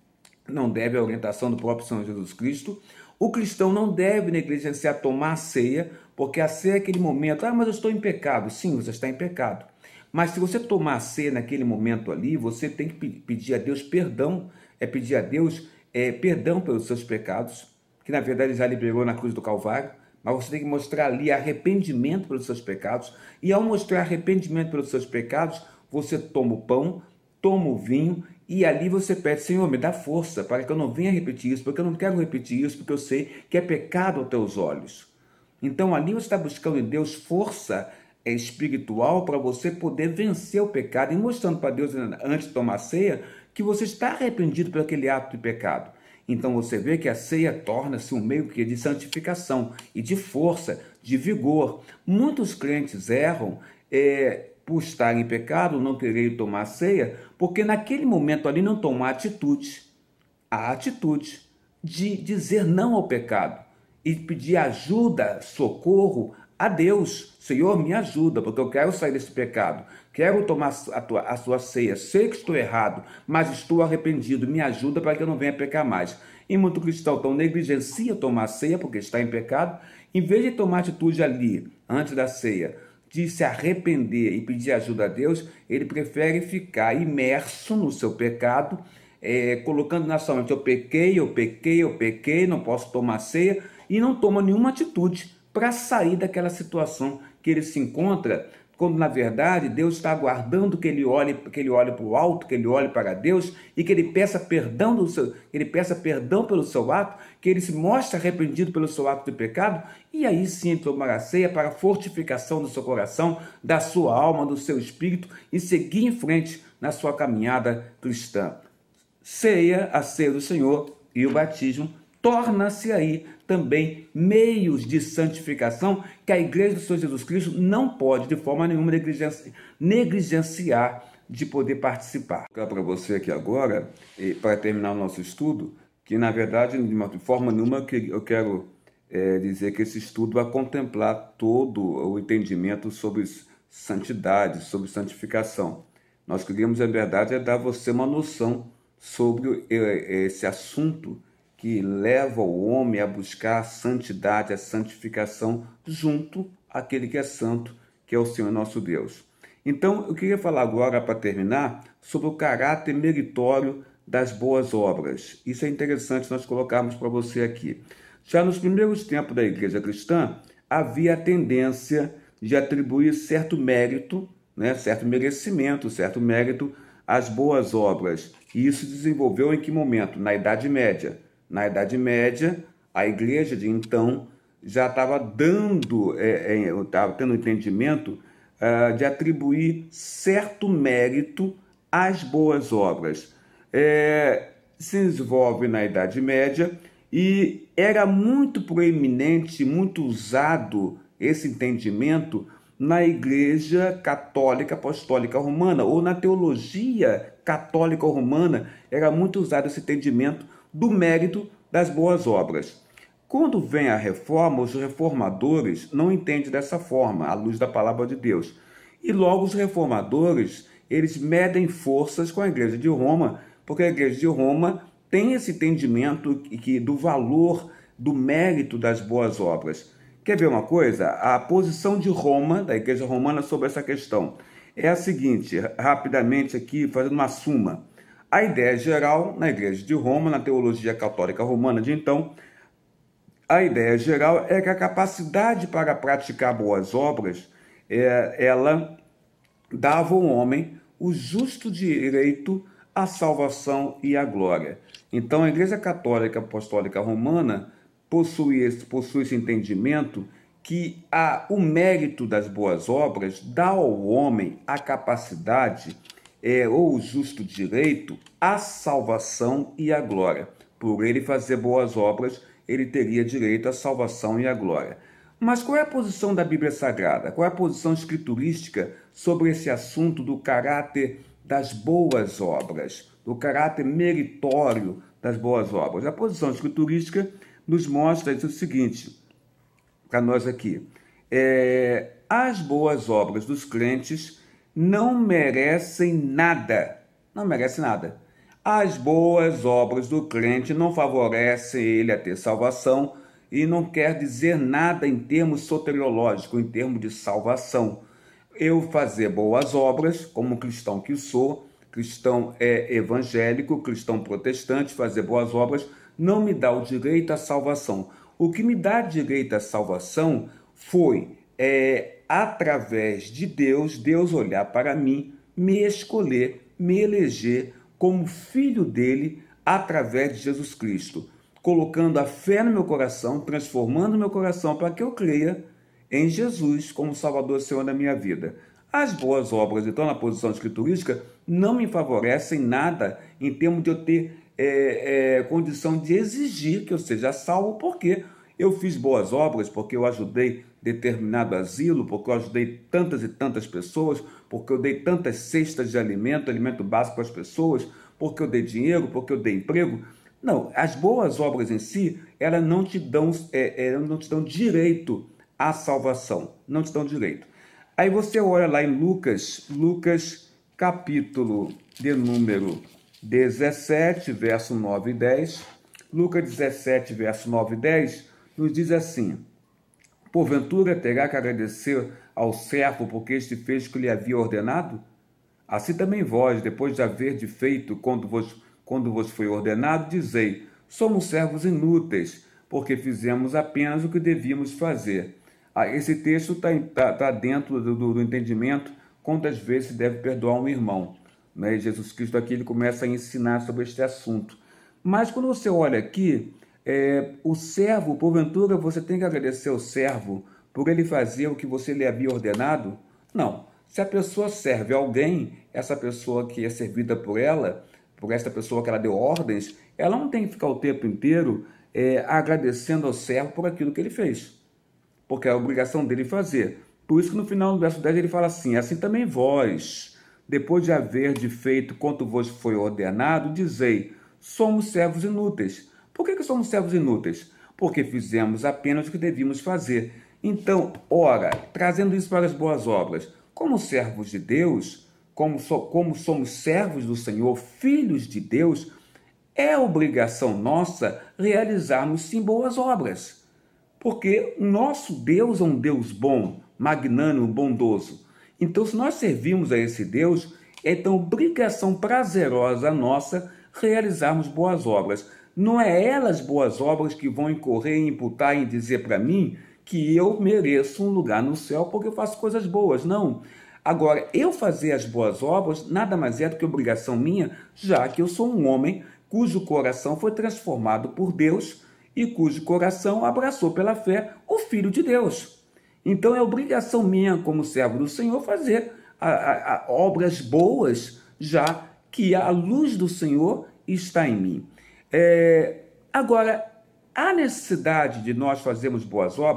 não deve a orientação do próprio Senhor Jesus Cristo. O cristão não deve negligenciar tomar a ceia, porque a ceia é aquele momento, ah, mas eu estou em pecado. Sim, você está em pecado. Mas se você tomar a ceia naquele momento ali, você tem que pedir a Deus perdão, é pedir a Deus é, perdão pelos seus pecados, que na verdade ele já liberou na cruz do Calvário, mas você tem que mostrar ali arrependimento pelos seus pecados, e ao mostrar arrependimento pelos seus pecados, você toma o pão, toma o vinho, e ali você pede, Senhor, me dá força para que eu não venha repetir isso, porque eu não quero repetir isso, porque eu sei que é pecado aos teus olhos. Então ali você está buscando em Deus força espiritual para você poder vencer o pecado, e mostrando para Deus, antes de tomar a ceia, que você está arrependido por aquele ato de pecado. Então você vê que a ceia torna-se um meio de santificação e de força, de vigor. Muitos crentes erram é, por estar em pecado, não querer tomar a ceia, porque naquele momento ali não tomar a atitude, a atitude de dizer não ao pecado e pedir ajuda, socorro a Deus. Senhor, me ajuda, porque eu quero sair desse pecado, quero tomar a, tua, a sua ceia, sei que estou errado, mas estou arrependido, me ajuda para que eu não venha pecar mais. E muito cristão então negligencia tomar a ceia porque está em pecado, em vez de tomar atitude ali, antes da ceia, de se arrepender e pedir ajuda a Deus, ele prefere ficar imerso no seu pecado, é, colocando na sua mente, eu pequei, eu pequei, eu pequei, não posso tomar ceia, e não toma nenhuma atitude para sair daquela situação que ele se encontra, quando na verdade Deus está aguardando que ele olhe, que ele olhe para o alto, que ele olhe para Deus e que ele peça perdão do seu, ele peça perdão pelo seu ato, que ele se mostre arrependido pelo seu ato de pecado, e aí sim tomar a ceia para a fortificação do seu coração, da sua alma, do seu espírito, e seguir em frente na sua caminhada cristã. Ceia, a ceia do Senhor e o batismo torna-se aí também meios de santificação que a Igreja do Senhor Jesus Cristo não pode de forma nenhuma negligenciar de poder participar. Vou para você aqui agora, para terminar o nosso estudo, que na verdade de forma nenhuma eu quero é, dizer que esse estudo vai contemplar todo o entendimento sobre santidade, sobre santificação. Nós queríamos, na verdade, é dar a você uma noção sobre esse assunto que leva o homem a buscar a santidade, a santificação, junto àquele que é santo, que é o Senhor nosso Deus. Então, eu queria falar agora, para terminar, sobre o caráter meritório das boas obras. Isso é interessante nós colocarmos para você aqui. Já nos primeiros tempos da igreja cristã, havia a tendência de atribuir certo mérito, né, certo merecimento, certo mérito às boas obras. E isso se desenvolveu em que momento? Na Idade Média. Na Idade Média, a igreja de então já estava dando, é, é, estava tendo entendimento uh, de atribuir certo mérito às boas obras. É, se desenvolve na Idade Média e era muito proeminente, muito usado esse entendimento na Igreja Católica Apostólica Romana, ou na teologia católica romana, era muito usado esse entendimento do mérito das boas obras. Quando vem a reforma, os reformadores não entendem dessa forma, à luz da palavra de Deus. E logo os reformadores, eles medem forças com a Igreja de Roma, porque a Igreja de Roma tem esse entendimento que, do valor, do mérito das boas obras. Quer ver uma coisa? A posição de Roma, da Igreja Romana, sobre essa questão é a seguinte, rapidamente aqui, fazendo uma suma. A ideia geral, na Igreja de Roma, na teologia católica romana de então, a ideia geral é que a capacidade para praticar boas obras, é, ela dava ao homem o justo direito à salvação e à glória. Então, a Igreja Católica Apostólica Romana possui esse, possui esse entendimento que a, o mérito das boas obras dá ao homem a capacidade é, ou o justo direito à salvação e à glória. Por ele fazer boas obras, ele teria direito à salvação e à glória. Mas qual é a posição da Bíblia Sagrada? Qual é a posição escriturística sobre esse assunto do caráter das boas obras, do caráter meritório das boas obras? A posição escriturística nos mostra o seguinte, para nós aqui, é, as boas obras dos crentes não merecem nada, não merecem nada. As boas obras do crente não favorecem ele a ter salvação e não quer dizer nada em termos soteriológicos, em termos de salvação. Eu fazer boas obras, como cristão que sou, cristão é evangélico, cristão protestante, fazer boas obras não me dá o direito à salvação. O que me dá direito à salvação foi, é, através de Deus, Deus olhar para mim, me escolher, me eleger como filho dele através de Jesus Cristo, colocando a fé no meu coração, transformando meu coração para que eu creia em Jesus como Salvador e Senhor da minha vida. As boas obras, então, na posição escriturística, não me favorecem nada em termos de eu ter é, é, condição de exigir que eu seja salvo, porque eu fiz boas obras, porque eu ajudei determinado asilo, porque eu ajudei tantas e tantas pessoas, porque eu dei tantas cestas de alimento, alimento básico para as pessoas, porque eu dei dinheiro, porque eu dei emprego. Não, as boas obras em si, elas não te dão, é, é, não te dão direito à salvação, não te dão direito. Aí você olha lá em Lucas, Lucas capítulo de número dezessete, verso nove e dez, Lucas dezessete, verso nove e dez, nos diz assim: porventura terá que agradecer ao servo porque este fez o que lhe havia ordenado? Assim também vós, depois de haver de feito quando vos, quando vos foi ordenado, dizei, somos servos inúteis, porque fizemos apenas o que devíamos fazer. Ah, esse texto está tá, tá dentro do, do, do entendimento quantas vezes se deve perdoar um irmão. Né? Jesus Cristo aqui ele começa a ensinar sobre este assunto. Mas quando você olha aqui, é, o servo, porventura, você tem que agradecer ao servo por ele fazer o que você lhe havia ordenado? Não. Se a pessoa serve alguém, essa pessoa que é servida por ela, por esta pessoa que ela deu ordens, ela não tem que ficar o tempo inteiro é, agradecendo ao servo por aquilo que ele fez, porque é a obrigação dele fazer. Por isso que no final do verso dez ele fala assim: assim também vós, depois de haver de feito quanto vos foi ordenado, dizei, somos servos inúteis. Por que que somos servos inúteis? Porque fizemos apenas o que devíamos fazer. Então, ora, trazendo isso para as boas obras, como servos de Deus, como, so, como somos servos do Senhor, filhos de Deus, é obrigação nossa realizarmos sim boas obras. Porque nosso Deus é um Deus bom, magnânimo, bondoso. Então, se nós servimos a esse Deus, é então obrigação prazerosa nossa realizarmos boas obras. Não é elas boas obras que vão incorrer e imputar e dizer para mim que eu mereço um lugar no céu porque eu faço coisas boas. Não. Agora, eu fazer as boas obras nada mais é do que obrigação minha, já que eu sou um homem cujo coração foi transformado por Deus e cujo coração abraçou pela fé o Filho de Deus. Então é obrigação minha, como servo do Senhor, fazer a, a, a obras boas, já que a luz do Senhor está em mim. É, agora, a necessidade de nós fazermos boas obras,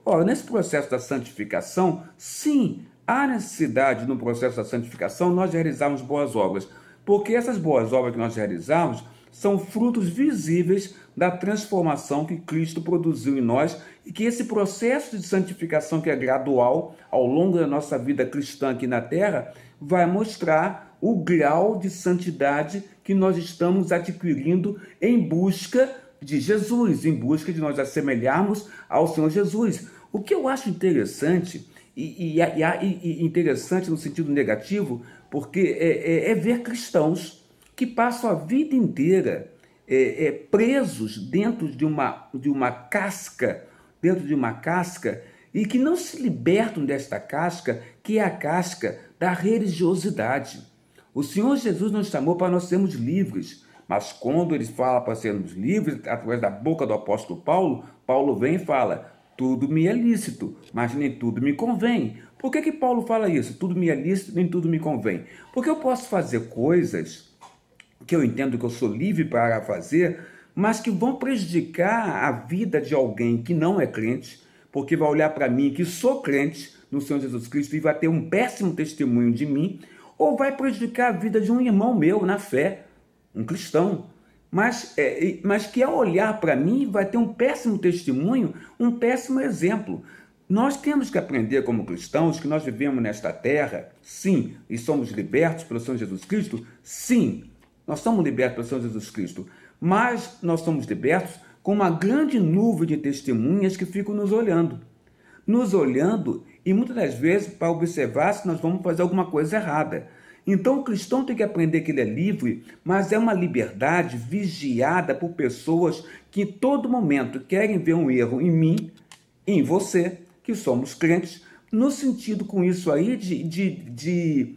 Ora, nesse processo da santificação, sim, há necessidade no processo da santificação nós realizarmos boas obras, porque essas boas obras que nós realizamos são frutos visíveis da transformação que Cristo produziu em nós e que esse processo de santificação que é gradual ao longo da nossa vida cristã aqui na Terra vai mostrar o grau de santidade que nós estamos adquirindo em busca de Jesus, em busca de nós assemelharmos ao Senhor Jesus. O que eu acho interessante, e, e, e, e interessante no sentido negativo, porque é, é, é ver cristãos que passam a vida inteira é, é, presos dentro de uma, de uma casca, dentro de uma casca, e que não se libertam desta casca, que é a casca da religiosidade. O Senhor Jesus nos chamou para nós sermos livres, mas quando ele fala para sermos livres, através da boca do apóstolo Paulo, Paulo vem e fala, tudo me é lícito, mas nem tudo me convém. Por que que Paulo fala isso? Tudo me é lícito, nem tudo me convém. Porque eu posso fazer coisas que eu entendo que eu sou livre para fazer, mas que vão prejudicar a vida de alguém que não é crente, porque vai olhar para mim que sou crente no Senhor Jesus Cristo e vai ter um péssimo testemunho de mim, ou vai prejudicar a vida de um irmão meu na fé, um cristão, mas, é, mas que ao olhar para mim vai ter um péssimo testemunho, um péssimo exemplo. Nós temos que aprender como cristãos que nós vivemos nesta terra, sim, e somos libertos pelo Senhor Jesus Cristo, sim, nós somos libertos pelo Senhor Jesus Cristo, mas nós somos libertos com uma grande nuvem de testemunhas que ficam nos olhando. Nos olhando e muitas das vezes para observar se nós vamos fazer alguma coisa errada. Então o cristão tem que aprender que ele é livre, mas é uma liberdade vigiada por pessoas que em todo momento querem ver um erro em mim, em você, que somos crentes, no sentido com isso aí de, de, de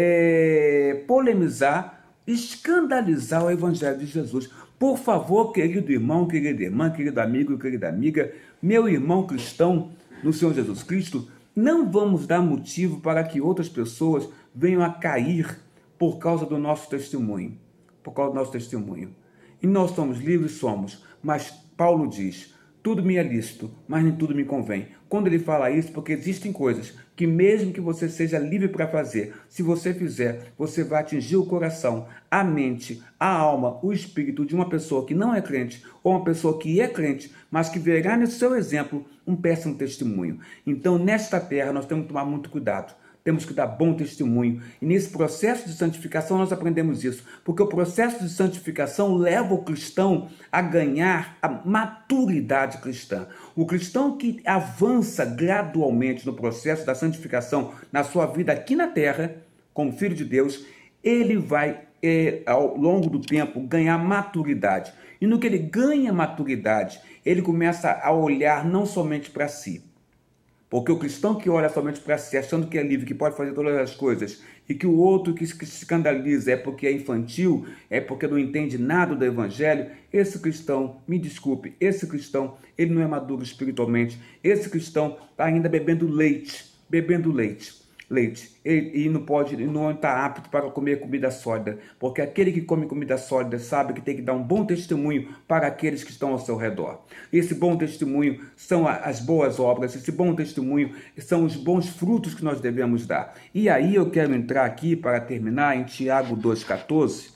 é, polemizar, escandalizar o Evangelho de Jesus. Por favor, querido irmão, querida irmã, querido amigo, querida amiga, meu irmão cristão no Senhor Jesus Cristo, não vamos dar motivo para que outras pessoas venham a cair por causa do nosso testemunho, por causa do nosso testemunho. E nós somos livres, somos, mas Paulo diz, tudo me é lícito, mas nem tudo me convém. Quando ele fala isso, porque existem coisas que mesmo que você seja livre para fazer, se você fizer, você vai atingir o coração, a mente, a alma, o espírito de uma pessoa que não é crente, ou uma pessoa que é crente, mas que verá nesse seu exemplo um péssimo testemunho. Então, nesta terra, nós temos que tomar muito cuidado. Temos que dar bom testemunho. E nesse processo de santificação nós aprendemos isso. Porque o processo de santificação leva o cristão a ganhar a maturidade cristã. O cristão que avança gradualmente no processo da santificação na sua vida aqui na terra, como filho de Deus, ele vai, é, ao longo do tempo, ganhar maturidade. E no que ele ganha maturidade, ele começa a olhar não somente para si. Porque o cristão que olha somente para si, achando que é livre, que pode fazer todas as coisas, e que o outro que se escandaliza é porque é infantil, é porque não entende nada do evangelho, esse cristão, me desculpe, esse cristão, ele não é maduro espiritualmente, esse cristão está ainda bebendo leite, bebendo leite. leite, e, e não pode, não está apto para comer comida sólida, porque aquele que come comida sólida sabe que tem que dar um bom testemunho para aqueles que estão ao seu redor. Esse bom testemunho são as boas obras, esse bom testemunho são os bons frutos que nós devemos dar. E aí eu quero entrar aqui para terminar em Tiago dois, quatorze,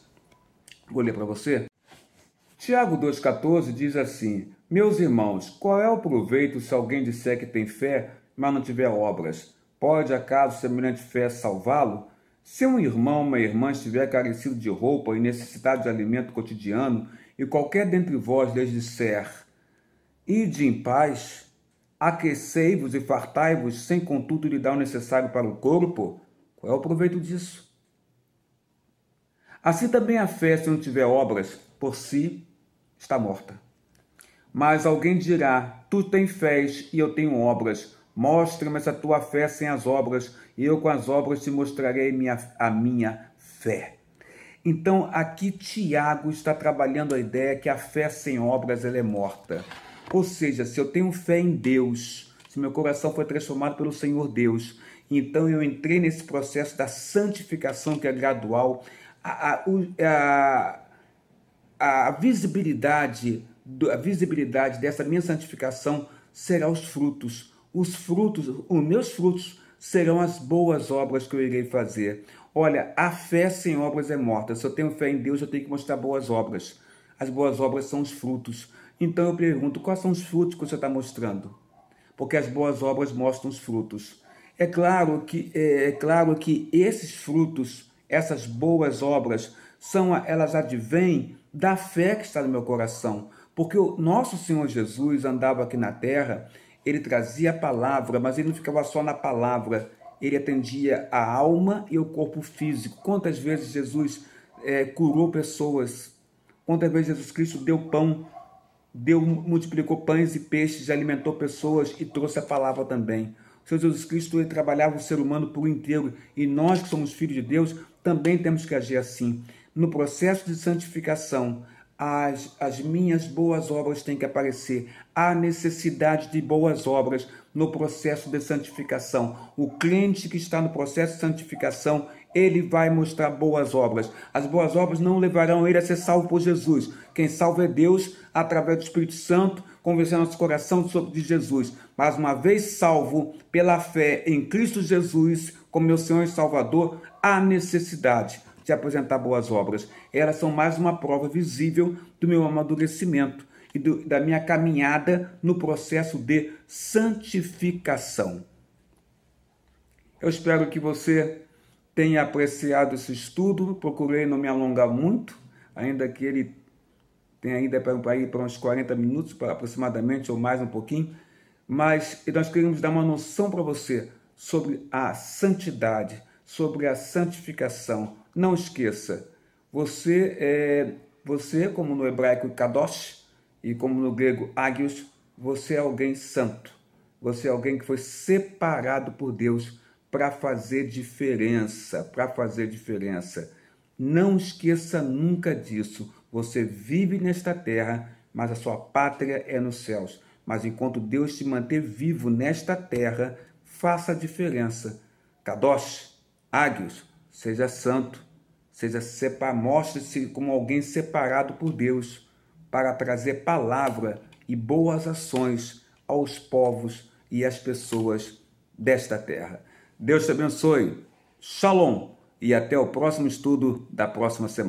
vou ler para você. Tiago dois, quatorze diz assim, meus irmãos, qual é o proveito se alguém disser que tem fé, mas não tiver obras? Pode, acaso, semelhante fé salvá-lo? Se um irmão ou uma irmã estiver carecido de roupa e necessitado de alimento cotidiano, e qualquer dentre vós lhes disser, ide em paz, aquecei-vos e fartai-vos, sem contudo lhe dar o necessário para o corpo, qual é o proveito disso? Assim também a fé, se não tiver obras, por si, está morta. Mas alguém dirá, tu tens fé e eu tenho obras, mostra-me essa tua fé sem as obras, e eu com as obras te mostrarei minha, a minha fé. Então, aqui Tiago está trabalhando a ideia que a fé sem obras ela é morta. Ou seja, se eu tenho fé em Deus, se meu coração foi transformado pelo Senhor Deus, então eu entrei nesse processo da santificação que é gradual, a, a, a, a visibilidade, a visibilidade dessa minha santificação será os frutos. os frutos, os meus frutos serão as boas obras que eu irei fazer. Olha, a fé sem obras é morta. Se eu tenho fé em Deus, eu tenho que mostrar boas obras. As boas obras são os frutos. Então eu pergunto, quais são os frutos que você está mostrando? Porque as boas obras mostram os frutos. É claro que, é, é claro que esses frutos, essas boas obras, são, elas advêm da fé que está no meu coração. Porque o nosso Senhor Jesus andava aqui na terra, ele trazia a palavra, mas ele não ficava só na palavra, ele atendia a alma e o corpo físico. Quantas vezes Jesus é, curou pessoas? Quantas vezes Jesus Cristo deu pão, deu, multiplicou pães e peixes, alimentou pessoas e trouxe a palavra também. O Senhor Jesus Cristo, ele trabalhava o ser humano por inteiro, e nós que somos filhos de Deus também temos que agir assim. No processo de santificação, As, as minhas boas obras têm que aparecer. Há necessidade de boas obras no processo de santificação. O crente que está no processo de santificação, ele vai mostrar boas obras. As boas obras não levarão ele a ser salvo por Jesus. Quem salva é Deus, através do Espírito Santo, convencendo nosso coração sobre Jesus. Mas uma vez salvo pela fé em Cristo Jesus, como meu Senhor e Salvador, há necessidade de apresentar boas obras. Elas são mais uma prova visível do meu amadurecimento e do, da minha caminhada no processo de santificação. Eu espero que você tenha apreciado esse estudo. Procurei não me alongar muito, ainda que ele tenha ainda para ir para uns quarenta minutos, para aproximadamente, ou mais um pouquinho, mas nós queremos dar uma noção para você sobre a santidade, sobre a santificação. Não esqueça, você, é, você como no hebraico kadosh e como no grego agios, você é alguém santo. Você é alguém que foi separado por Deus para fazer diferença, para fazer diferença. Não esqueça nunca disso. Você vive nesta terra, mas a sua pátria é nos céus. Mas enquanto Deus te manter vivo nesta terra, faça a diferença. Kadosh, agios, seja santo, seja separ, mostre-se como alguém separado por Deus para trazer palavra e boas ações aos povos e às pessoas desta terra. Deus te abençoe. Shalom e até o próximo estudo da próxima semana.